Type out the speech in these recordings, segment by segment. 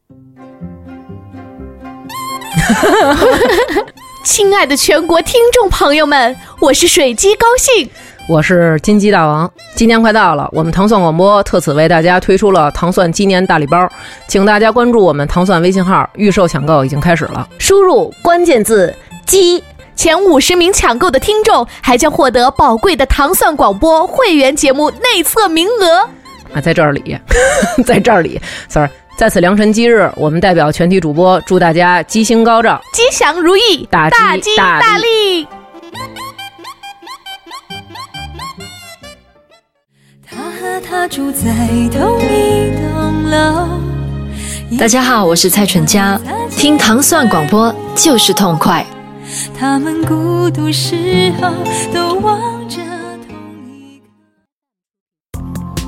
亲爱的全国听众朋友们，我是水鸡高兴， 我是金鸡大王。今年快到了，我们糖蒜广播特此为大家推出了糖蒜鸡年大礼包，请大家关注我们糖蒜微信号，预售抢购已经开始了。 输入关键字鸡，前50名抢购的听众还将获得宝贵的糖蒜广播会员节目内测名额啊，在这里在这里 sorry，在此良辰吉日，我们代表全体主播祝大家吉星高照， 吉祥如意，大吉大利。 他和他住在同一栋楼。 大家好，我是蔡淳佳，听糖蒜广播就是痛快。 他们孤独时候都望着同一个。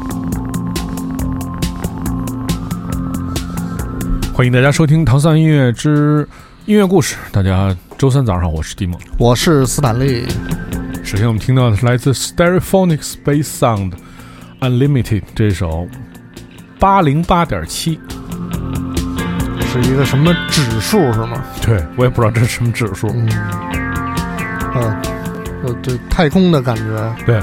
欢迎大家收听糖蒜音乐之音乐故事。大家周三早上，我是蒂蒙， 我是斯坦利。 首先我们听到的是来自 Stereophonic Space Sound Unlimited 这首 808.7， 是一个什么指数是吗？ 对，我也不知道这是什么指数。 对，太空的感觉。 对。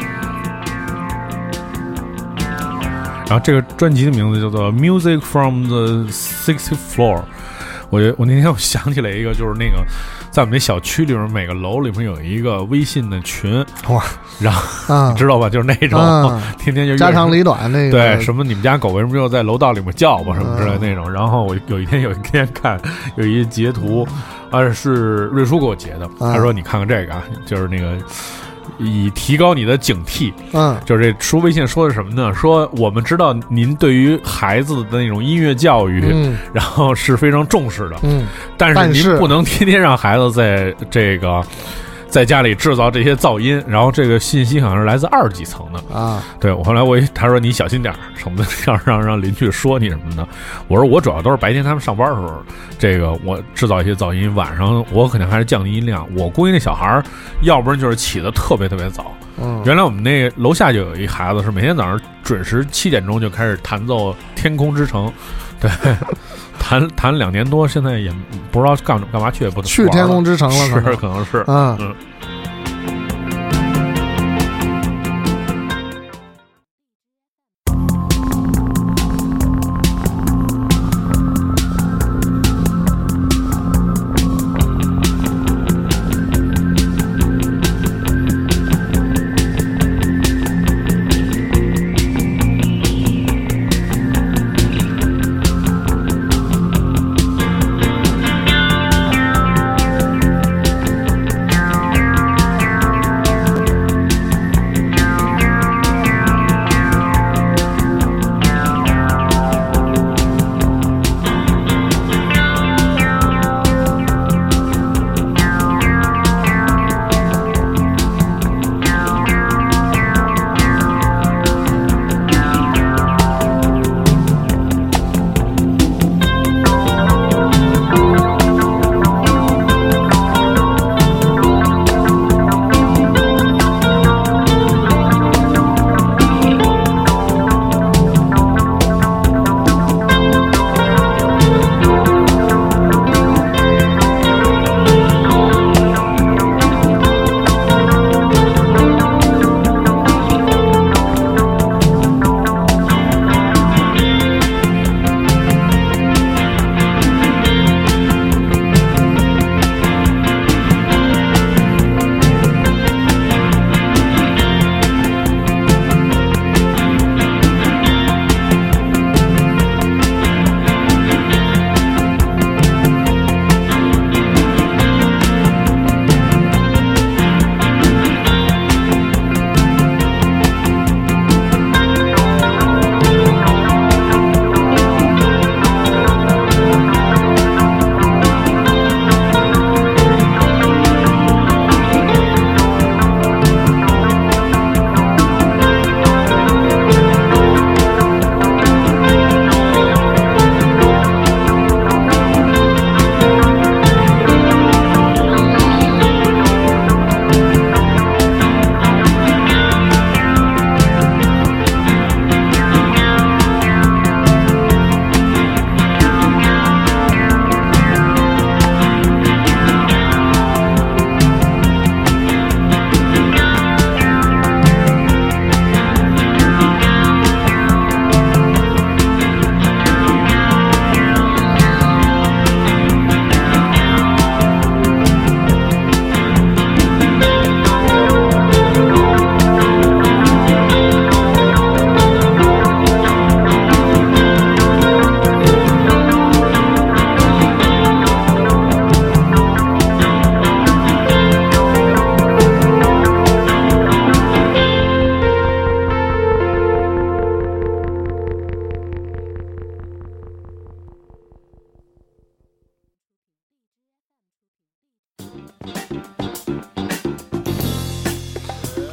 然后这个专辑的名字叫做 Music from the 60th Floor。我那天我想起来一个，就是那个在我们那小区里面，每个楼里面有一个微信的群，哇，然后、你知道吧？就是那种、天天就家长里短那个， 对，什么你们家狗为什么又在楼道里面叫吧，什么之类的那种。然后我有一天看有一截图，是瑞叔给我截的，他说你看看这个啊，就是那个。以提高你的警惕，就是这说微信说的什么呢？说我们知道您对于孩子的那种音乐教育，然后是非常重视的，但是您不能天天让孩子在这个在家里制造这些噪音。然后这个信息好像是来自2级层的啊。对，我后来他说你小心点，省得要让邻居说你什么的。我说我主要都是白天他们上班的时候，这个我制造一些噪音，晚上我肯定还是降低音量。我估计那小孩要不然就是起得特别特别早。原来我们那楼下就有一孩子是每天早上准时7点钟就开始弹奏《天空之城》，对，弹2年多，现在也不知道干嘛去，也不去天空之城了， 是可能是，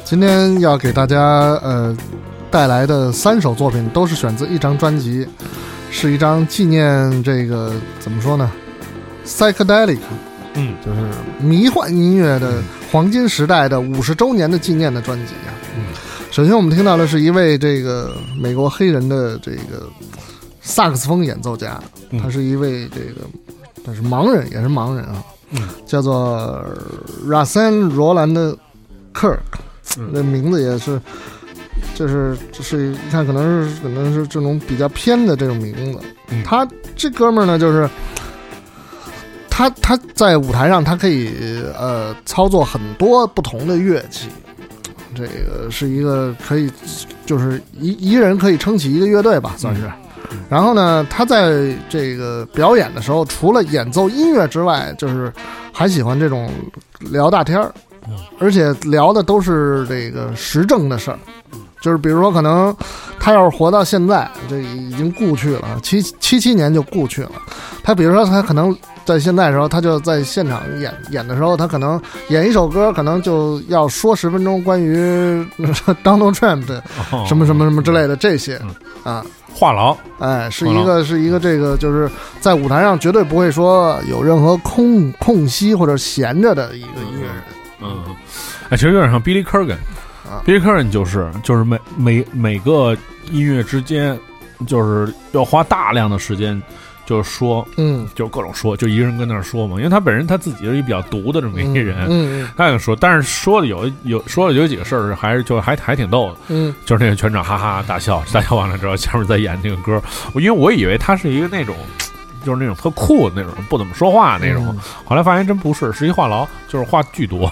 今天要给大家带来的3首作品都是选自一张专辑，是一张纪念这个怎么说呢 psychedelic， 就是迷幻音乐的黄金时代的50周年的纪念的专辑啊。首先我们听到的是一位这个美国黑人的这个萨克斯风演奏家，他是一位这个他是盲人，也是盲人啊，叫做 Rahsaan Roland Kirk， 这名字也是就是一看可能是这种比较偏的这种名字。他这哥们儿呢，就是他在舞台上他可以操作很多不同的乐器，这个是一个可以就是一人可以撑起一个乐队吧，算是。然后呢，他在这个表演的时候，除了演奏音乐之外，就是还喜欢这种聊大天儿，而且聊的都是这个时政的事儿。就是比如说，可能他要是活到现在，这已经故去了，77年就故去了。他比如说，他可能在现在的时候，他就在现场演的时候，他可能演一首歌，可能就要说10分钟关于 Donald Trump 的什么什么什么之类的这些啊。 话痨， 哎，是一个这个就是在舞台上绝对不会说有任何空隙或者闲着的一个音乐人。 其实有点像 Billy Corgan。Billy Corgan 就是每个音乐之间，就是要花大量的时间，就是说，就各种说，就一个人跟那儿说嘛，因为他本人他自己是一比较独的这么一个人，他也说，但是说的有几个事儿还挺逗的，就是那个全场哈哈大笑完了之后，前面在演这个歌，因为我以为他是一个那种。就是那种特酷的那种，不怎么说话那种，后来发现真不是，是一话痨，就是话巨多，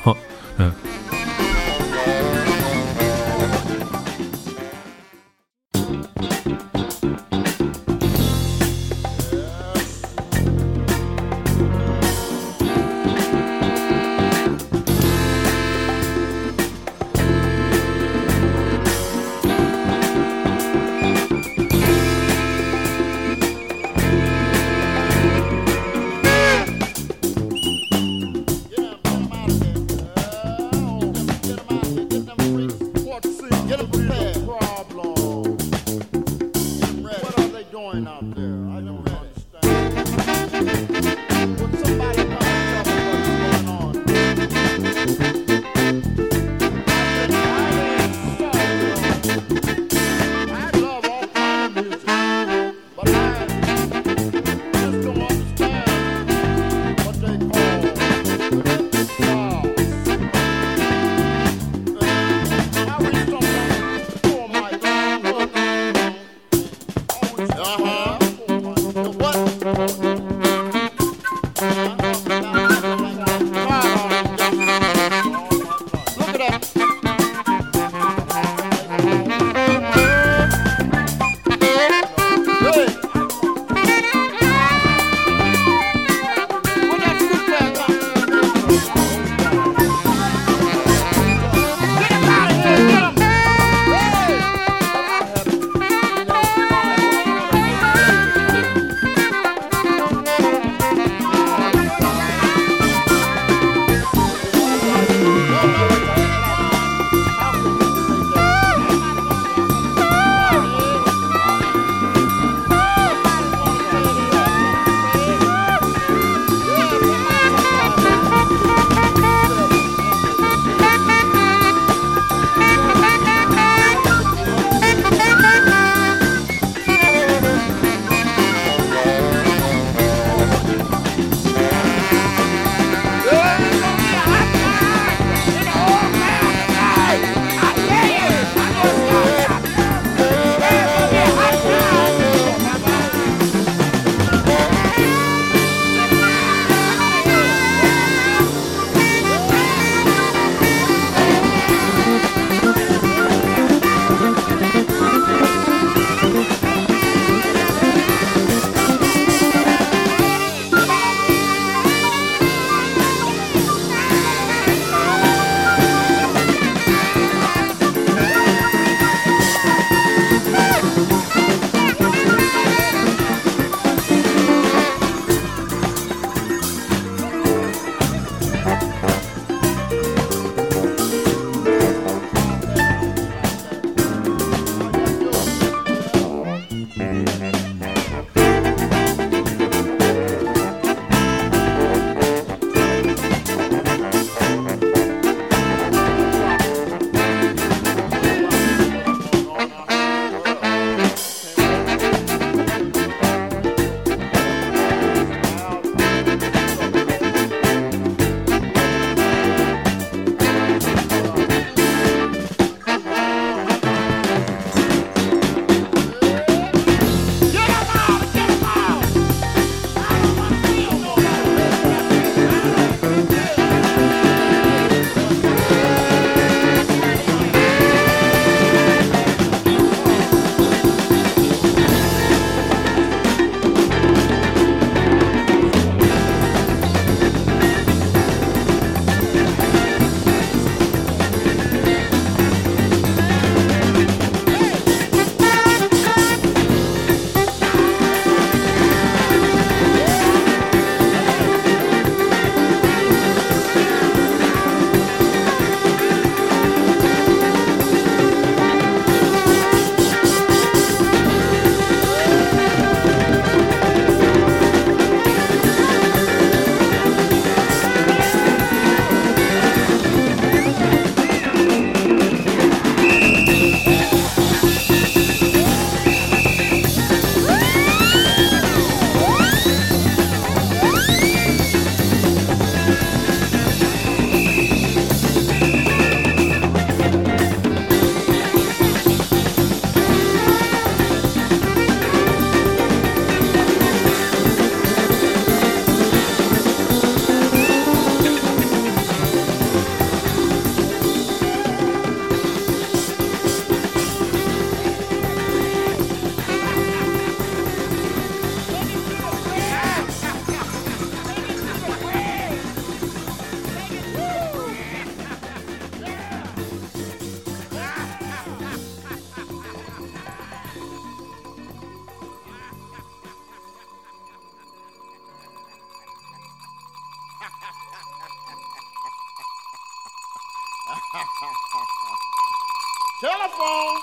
Telephone。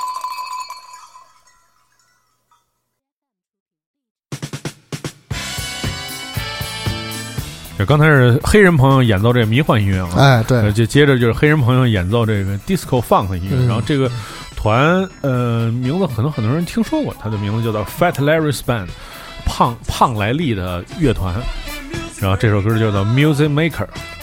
这刚才是黑人朋友演奏这个迷幻音乐啊， 哎，对， 就接着就是黑人朋友演奏这个 disco funk 音乐，然后这个团名字可能很多人听说过，它的名字叫做 Fat Larry's Band， 胖莱利的乐团，然后这首歌就叫做 Music Maker。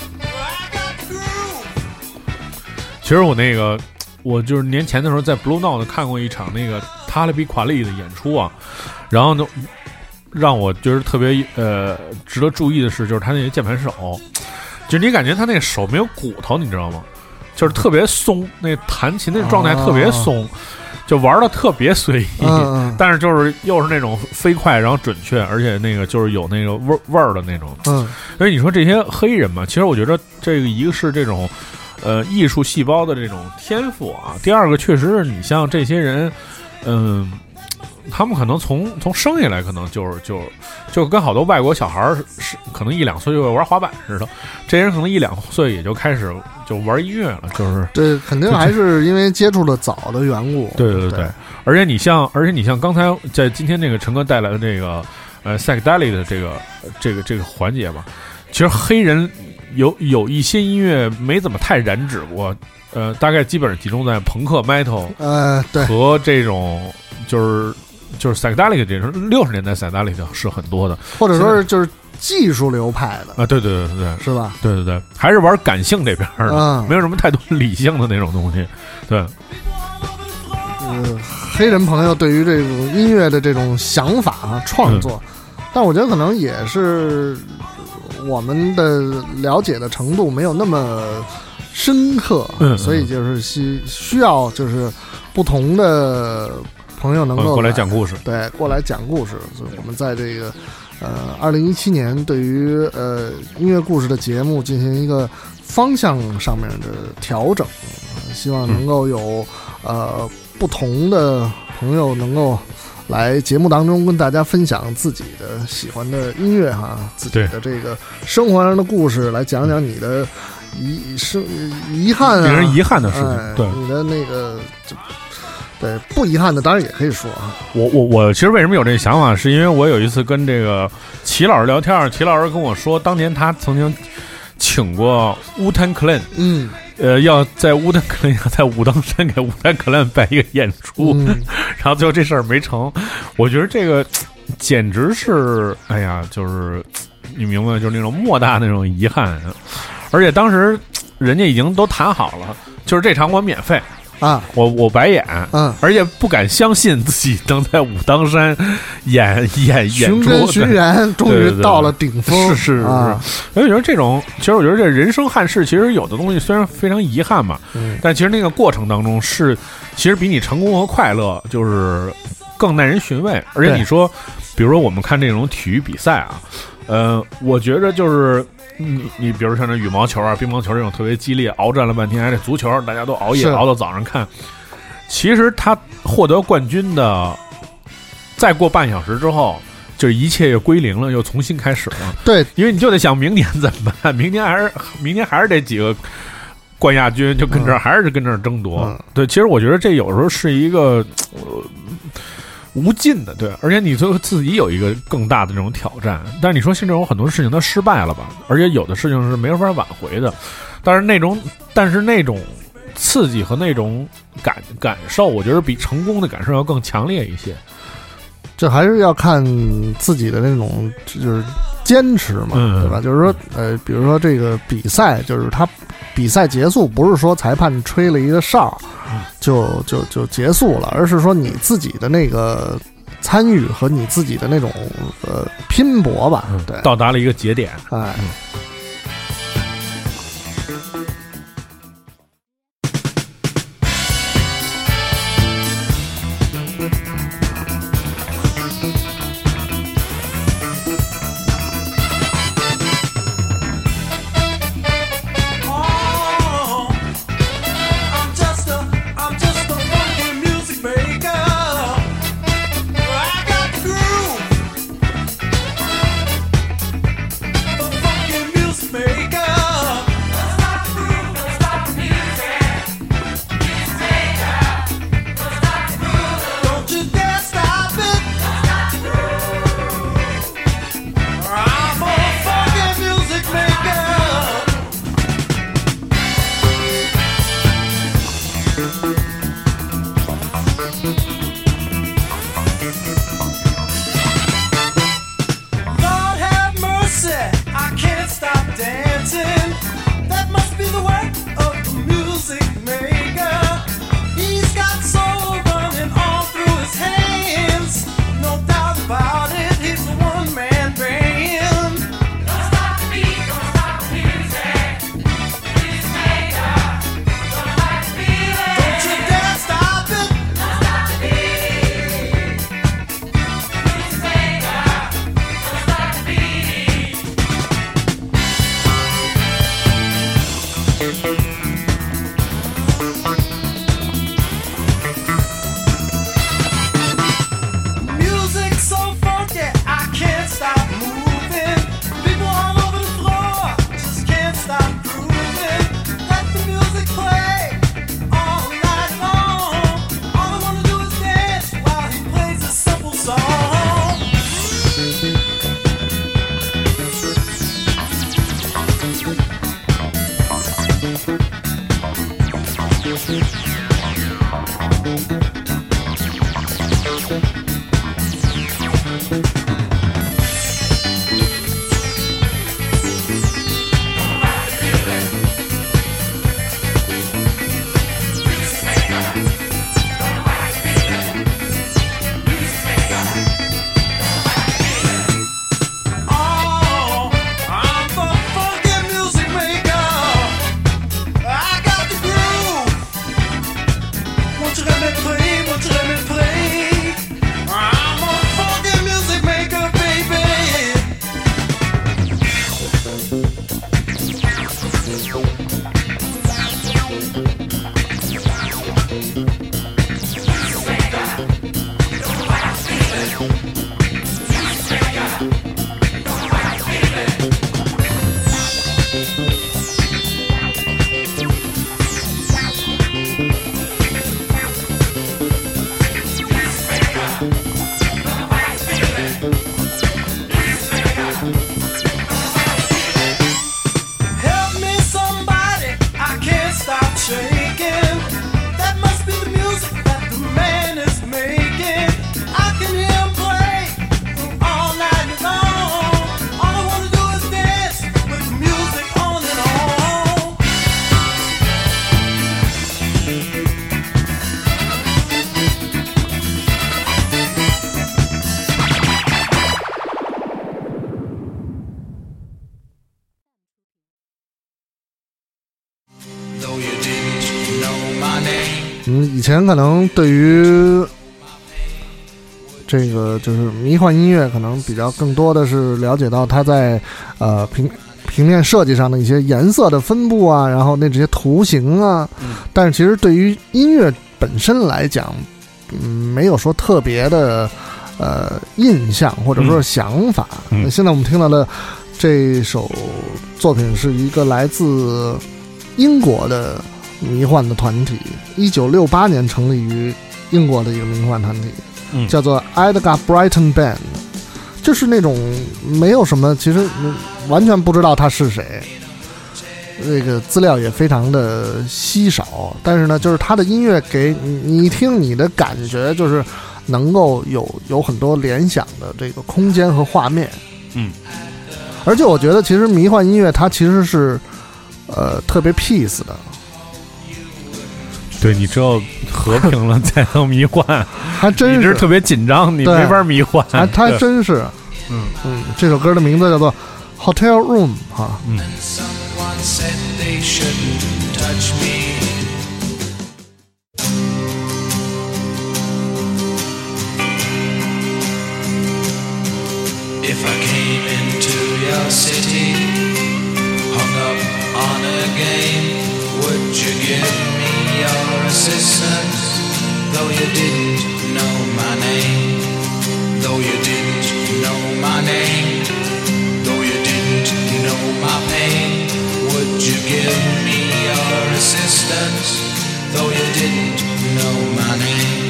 其实我就是年前的时候在 Blue Note 看过一场那个塔利比垮利的演出啊，然后呢。让我觉得特别值得注意的是，就是他那个键盘手，就你感觉他那个手没有骨头，你知道吗？就是特别松，那弹琴的状态特别松，就玩的特别随意，但是就是又是那种飞快，然后准确，而且那个就是有那个味儿的那种。所以你说这些黑人嘛，其实我觉得这个一个是这种艺术细胞的这种天赋啊，第二个确实是你像这些人，他们可能从生下来可能就跟好多外国小孩是可能1-2岁就会玩滑板似的，这些人可能1-2岁也就开始就玩音乐了，就是这肯定还是因为接触的早的缘故。 对，而且你像刚才在今天这个陈哥带来的这个psychedelic 的这个环节吧，其实黑人有一些音乐没怎么太染指过，大概基本上集中在朋克 metal 对和这种就是 psychedelic 这种60年代 psychedelic 是很多的， 或者说是就是技术流派的啊，对， 是吧？ 对，还是玩感性这边的，没有什么太多理性的那种东西。对， 黑人朋友对于这种音乐的这种想法创作，但我觉得可能也是我们的了解的程度没有那么深刻，所以就是需要就是不同的朋友能够过来讲故事， 对，过来讲故事。所以我们在这个2017年对于音乐故事的节目进行一个方向上面的调整，希望能够有不同的朋友能够来节目当中跟大家分享自己的喜欢的音乐自己的这个生活上的故事，来讲讲你的遗憾令人遗憾的事情，对你的那个对不遗憾的当然也可以说啊。 我其实为什么有这个想法，是因为我有一次跟这个齐老师聊天，齐老师跟我说，当年他曾经请过Wu-Tang Clan，要在Wu-Tang Clan在武当山给Wu-Tang Clan办一个演出，然后最后这事儿没成。我觉得这个简直是，哎呀，就是你明白，就是那种莫大那种遗憾。而且当时人家已经都谈好了，就是这场我免费。我白演，而且不敢相信自己能在武当山演出，巡然终于到了顶峰， 是。我觉得这种，其实我觉得这人生憾事，其实有的东西虽然非常遗憾嘛，但其实那个过程当中其实比你成功和快乐就是更耐人寻味。而且你说，比如说我们看这种体育比赛啊，我觉得就是。你比如像这羽毛球啊、乒乓球这种特别激烈，鏖战了半天，还得足球大家都熬夜熬到早上看。其实他获得冠军的，再过半小时之后，就一切又归零了，又重新开始了。 对， 因为你就得想明年怎么办？明年还是这几个冠亚军就跟这儿，还是跟这儿争夺。对，其实我觉得这有时候是一个。无尽的，对，而且你最后自己有一个更大的这种挑战，但是你说现在有很多事情它失败了吧，而且有的事情是没法挽回的，但是那种刺激和那种感受，我觉得比成功的感受要更强烈一些。 这还是要看自己的那种就是坚持嘛，对吧？就是说比如说这个比赛，就是他比赛结束不是说裁判吹了一个哨就结束了，而是说你自己的那个参与和你自己的那种拼搏吧，对， 到达了一个节点， music 以前可能对于这个就是迷幻音乐，可能比较更多的是了解到它在平面设计上的一些颜色的分布啊，然后那这些图形啊，但是其实对于音乐本身来讲，没有说特别的印象或者说是想法。现在我们听到的这首作品是一个来自英国的迷幻的团体，1968年成立于英国的一个迷幻团体，叫做 Edgar Britton Band， 就是那种没有什么，其实完全不知道他是谁，那个资料也非常的稀少，但是呢，就是他的音乐给你一听，你的感觉就是能够有很多联想的这个空间和画面，而且我觉得其实迷幻音乐它其实是特别 peace 的。 对，你只有和平了才能迷幻， 还真是。 一直特别紧张，你没法迷幻。 还真是。这首歌的名字叫做 Hotel Room 哈。 If I came into your city, hung up on a game, would you give me your assistance? Though you didn't know my name, though you didn't know my name, though you didn't know my pain, would you give me your assistance? Though you didn't know my name.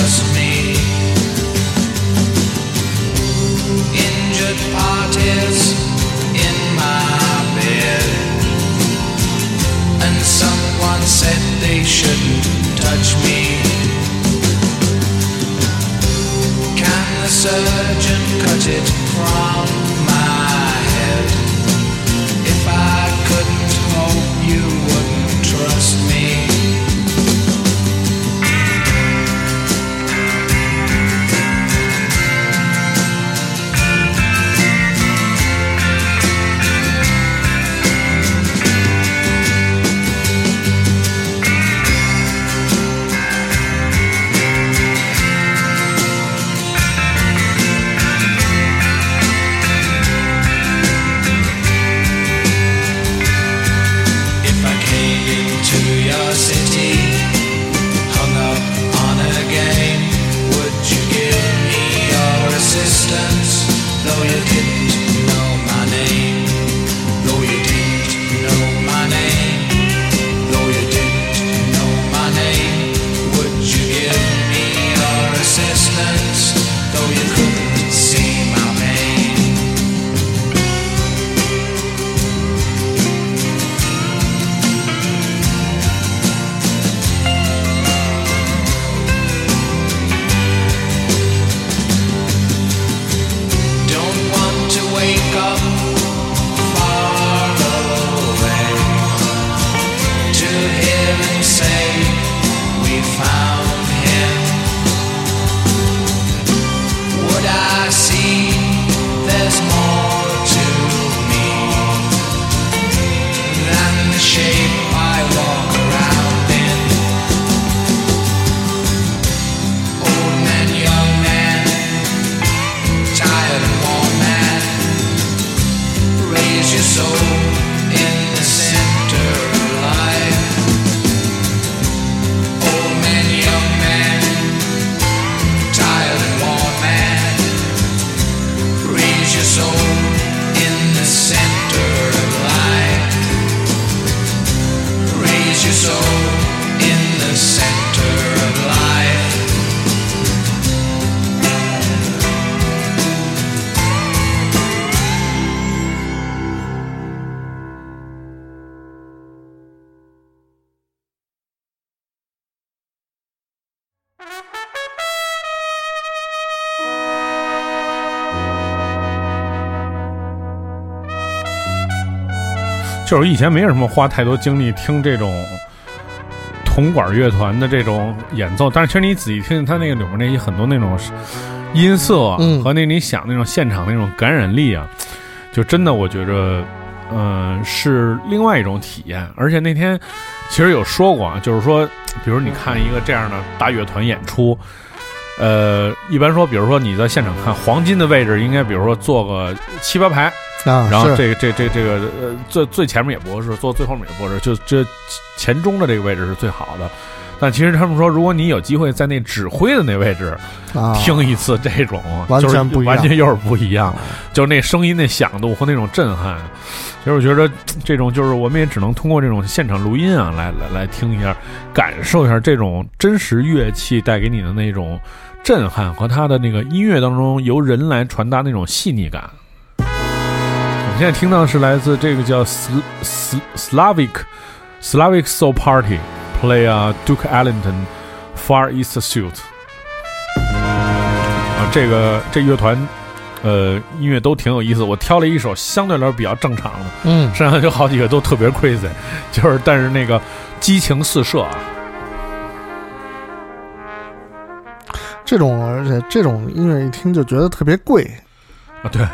Parties surgeon cut it from my head. If I couldn't hope you wouldn't trust me. 就是以前没有什么花太多精力听这种铜管乐团的这种演奏，但是其实你仔细听它那个里面那些很多那种音色和那你想那种现场那种感染力啊，就真的我觉着是另外一种体验。而且那天其实有说过啊，就是说比如你看一个这样的大乐团演出，一般说比如说你在现场看，黄金的位置应该比如说坐个7、8排啊，然后这个最前面也不合适，坐最后面也不合适，就这前中的这个位置是最好的。但其实他们说，如果你有机会在那指挥的那位置听一次这种， 完全不一样， 完全又是不一样，就是那声音那响度和那种震撼。其实我觉得这种就是我们也只能通过这种现场录音啊，来听一下，感受一下这种真实乐器带给你的那种震撼和它的那个音乐当中由人来传达那种细腻感。我们现在听到的是来自这个叫 Slavic Soul Party play Duke Ellington Far East Suite 啊，这乐团音乐都挺有意思，我挑了一首相对来说比较正常的，剩下就好几个都特别 crazy， 就是但是那个激情四射啊， 而且这种音乐一听就觉得特别贵啊，对。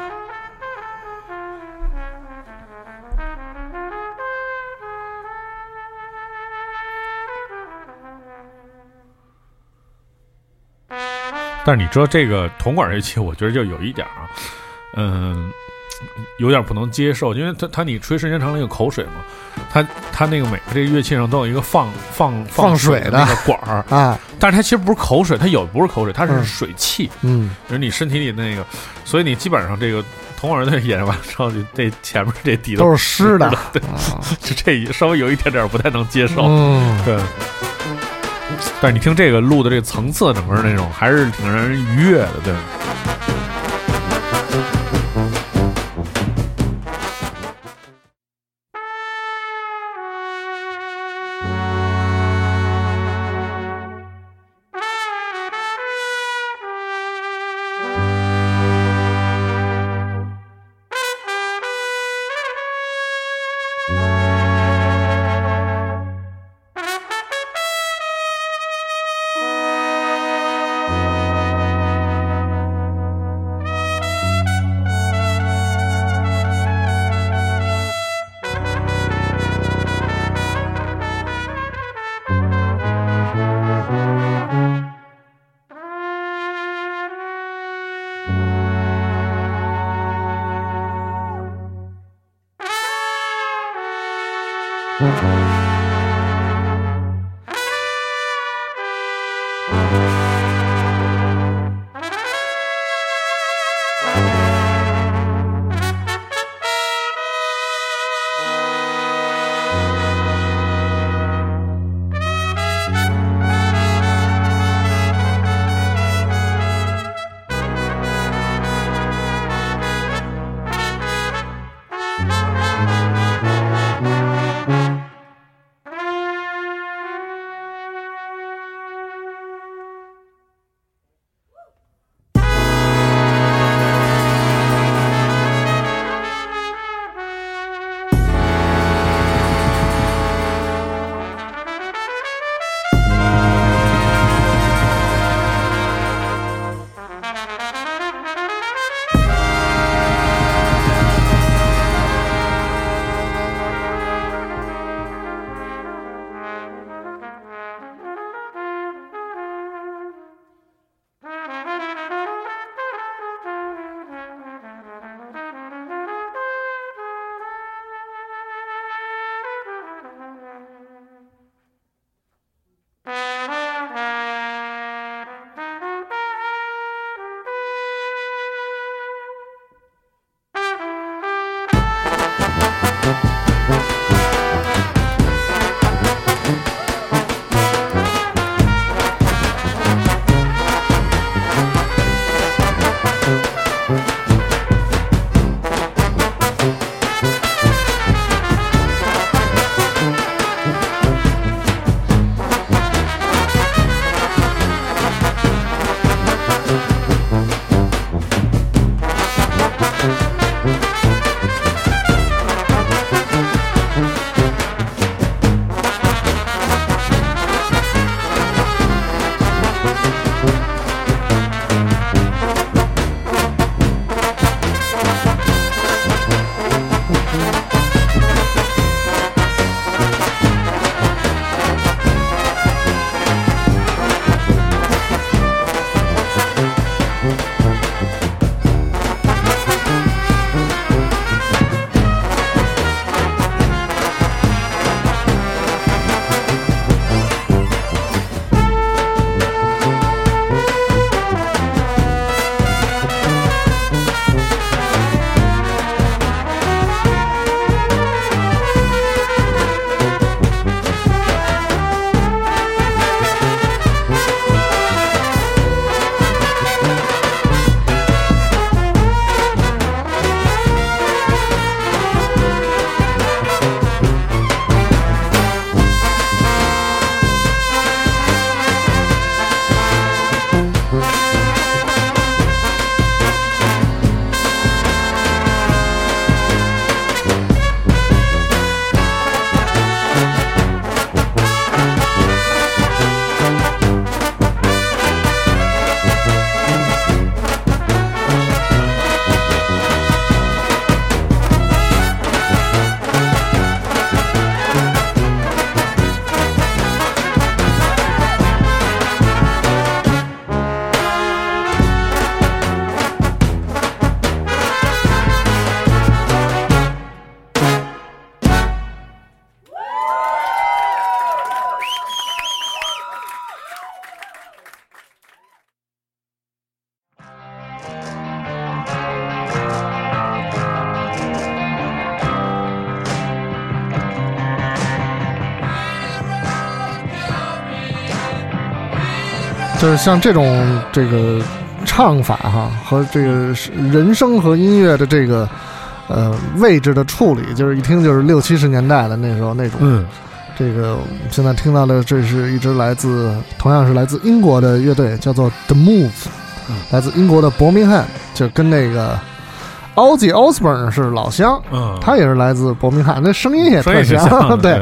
但是你知道这个铜管乐器，我觉得就有一点啊，有点不能接受，因为它你吹时间长了有口水嘛，它那个每个这个乐器上都有一个放水的那个管儿啊，但是它其实不是口水，它有不是口水，它是水汽，就是你身体里那个，所以你基本上这个铜管乐队演完之后，这前面这底都是湿的， 对，就这稍微有一点不太能接受，对。但是你听这个录的这个层次，整个那种还是挺让人愉悦的，对。 就是像这种这个唱法哈，和这个人声和音乐的这个位置的处理，就是一听就是60、70年代的那时候那种。这个我们现在听到的，这是一支同样是来自英国的乐队，叫做 The Move， 来自英国的伯明翰，就跟那个Ozzy Osbourne 是老乡，他也是来自伯明翰，那声音也特像，对，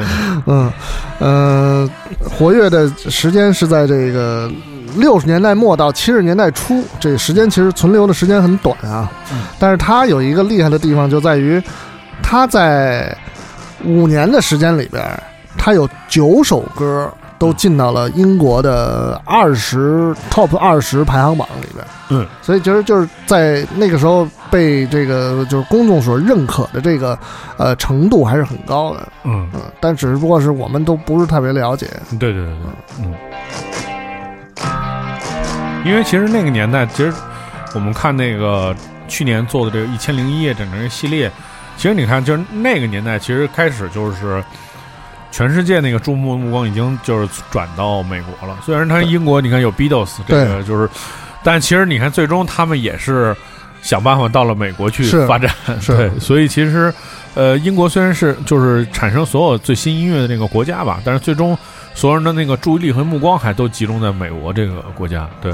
活跃的时间是在这个60年代末到70年代初，这时间其实存留的时间很短啊，但是他有一个厉害的地方就在于，他在5年的时间里边，他有9首歌都进到了英国的Top 20排行榜里边。所以其实就是在那个时候被这个就是公众所认可的这个程度还是很高的。但只不过是我们都不是特别了解。 对。因为其实那个年代，其实我们看那个去年做的这个1001夜整个系列，其实你看，就是那个年代，其实开始就是全世界那个注目目光已经就是转到美国了。虽然他英国你看有 Beatles 这个就是，但其实你看最终他们也是想办法到了美国去发展。对，所以其实英国虽然是就是产生所有最新音乐的那个国家吧，但是最终所有人的那个注意力和目光还都集中在美国这个国家。对。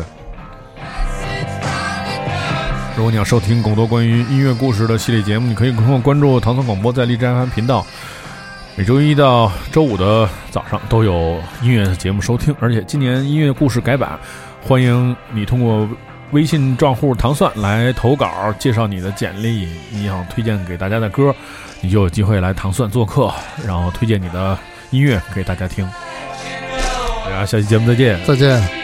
如果你要收听更多关于音乐故事的系列节目，你可以通过关注唐宋广播在荔枝 FM 频道，每周一到周五的早上都有音乐的节目收听。而且今年音乐故事改版，欢迎你通过微信账户糖蒜来投稿，介绍你的简历，你想推荐给大家的歌，你就有机会来糖蒜做客，然后推荐你的音乐给大家听。大家下期节目再见。